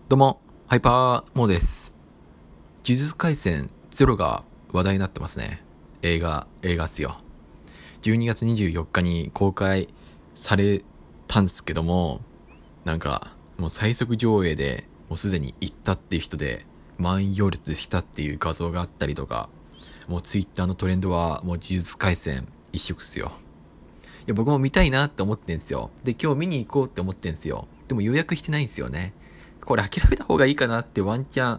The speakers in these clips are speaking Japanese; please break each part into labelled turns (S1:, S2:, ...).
S1: どうも、ハイパーモーです。呪術廻戦ゼロが話題になってますね。映画っすよ。12月24日に公開されたんですけども、もう最速上映でもうすでに行ったっていう人で満員行列したっていう画像があったりとか、もうツイッターのトレンドはもう呪術廻戦一色っすよ。いや、僕も見たいなって思ってんすよ。で、今日見に行こうって思ってんすよ。でも予約してないんすよね。これ諦めた方がいいかなってワンチャ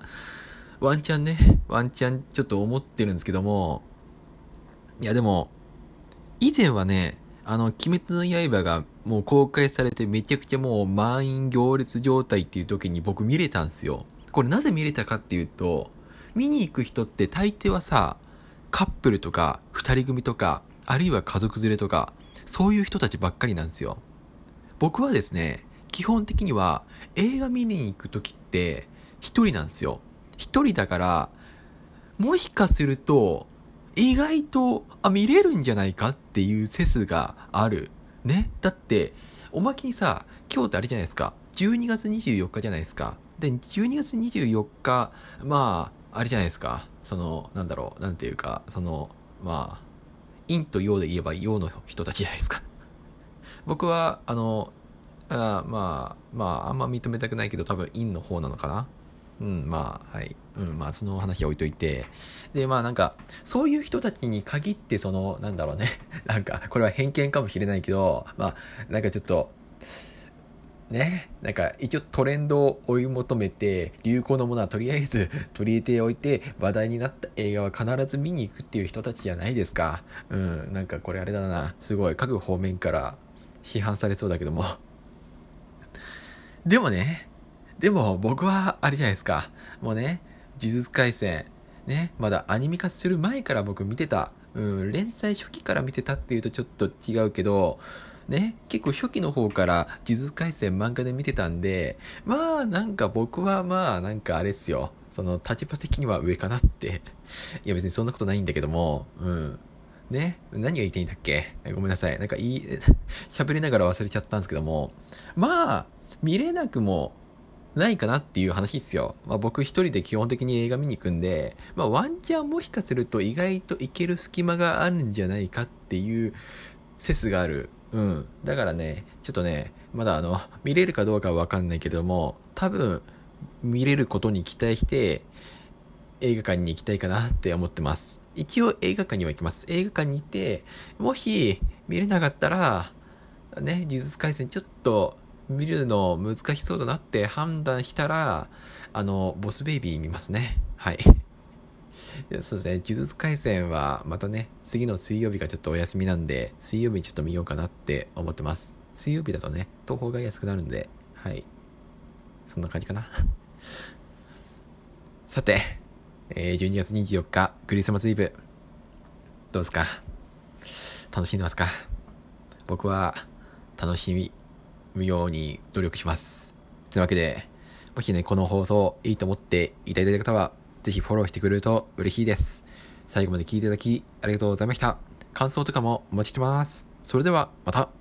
S1: ンちょっと思ってるんですけども、いやでも、以前はね、鬼滅の刃がもう公開されてめちゃくちゃもう満員行列状態っていう時に僕見れたんですよ。これなぜ見れたかっていうと、見に行く人って大抵はさ、カップルとか二人組とか、あるいは家族連れとか、そういう人たちばっかりなんですよ。僕はですね、基本的には映画見に行くときって一人なんですよ。一人だから、もしかすると意外と見れるんじゃないかっていう説がある。ね。だって、おまけにさ、今日ってあれじゃないですか。12月24日じゃないですか。で、12月24日、あれじゃないですか。なんていうか、陰と陽で言えば陽の人たちじゃないですか。僕は、あんま認めたくないけど、多分陰の方なのかな。はい。その話は置いといて。で、そういう人たちに限って、これは偏見かもしれないけど、ちょっと、一応トレンドを追い求めて、流行のものはとりあえず取り入れておいて、話題になった映画は必ず見に行くっていう人たちじゃないですか。これあれだな。すごい、各方面から批判されそうだけども。でも僕はあれじゃないですか。もうね、呪術廻戦、ね、まだアニメ化する前から僕見てた。連載初期から見てたっていうとちょっと違うけど、ね、結構初期の方から呪術廻戦漫画で見てたんで、僕はあれっすよ。その立場的には上かなって。いや別にそんなことないんだけども、ね、何が言いたいんだっけ？ごめんなさい。喋りながら忘れちゃったんですけども、見れなくもないかなっていう話ですよ。僕一人で基本的に映画見に行くんで、ワンチャンもしかすると意外といける隙間があるんじゃないかっていう説がある。だからね、ちょっとね、まだ見れるかどうかはわかんないけども、多分、見れることに期待して、映画館に行きたいかなって思ってます。一応映画館には行きます。映画館に行って、もし見れなかったら、ね、呪術廻戦ちょっと見るの難しそうだなって判断したら、ボスベイビー見ますね。はい。そうですね、呪術廻戦はまたね、次の水曜日がちょっとお休みなんで、水曜日にちょっと見ようかなって思ってます。水曜日だとね、東宝が安くなるんで、はい。そんな感じかな。さて、12月24日、クリスマスイブ。どうですか？楽しんでますか？僕は、楽しむように努力します。というわけで、もしね、この放送いいと思っていただいた方は、ぜひフォローしてくれると嬉しいです。最後まで聞いていただき、ありがとうございました。感想とかもお待ちしてます。それでは、また。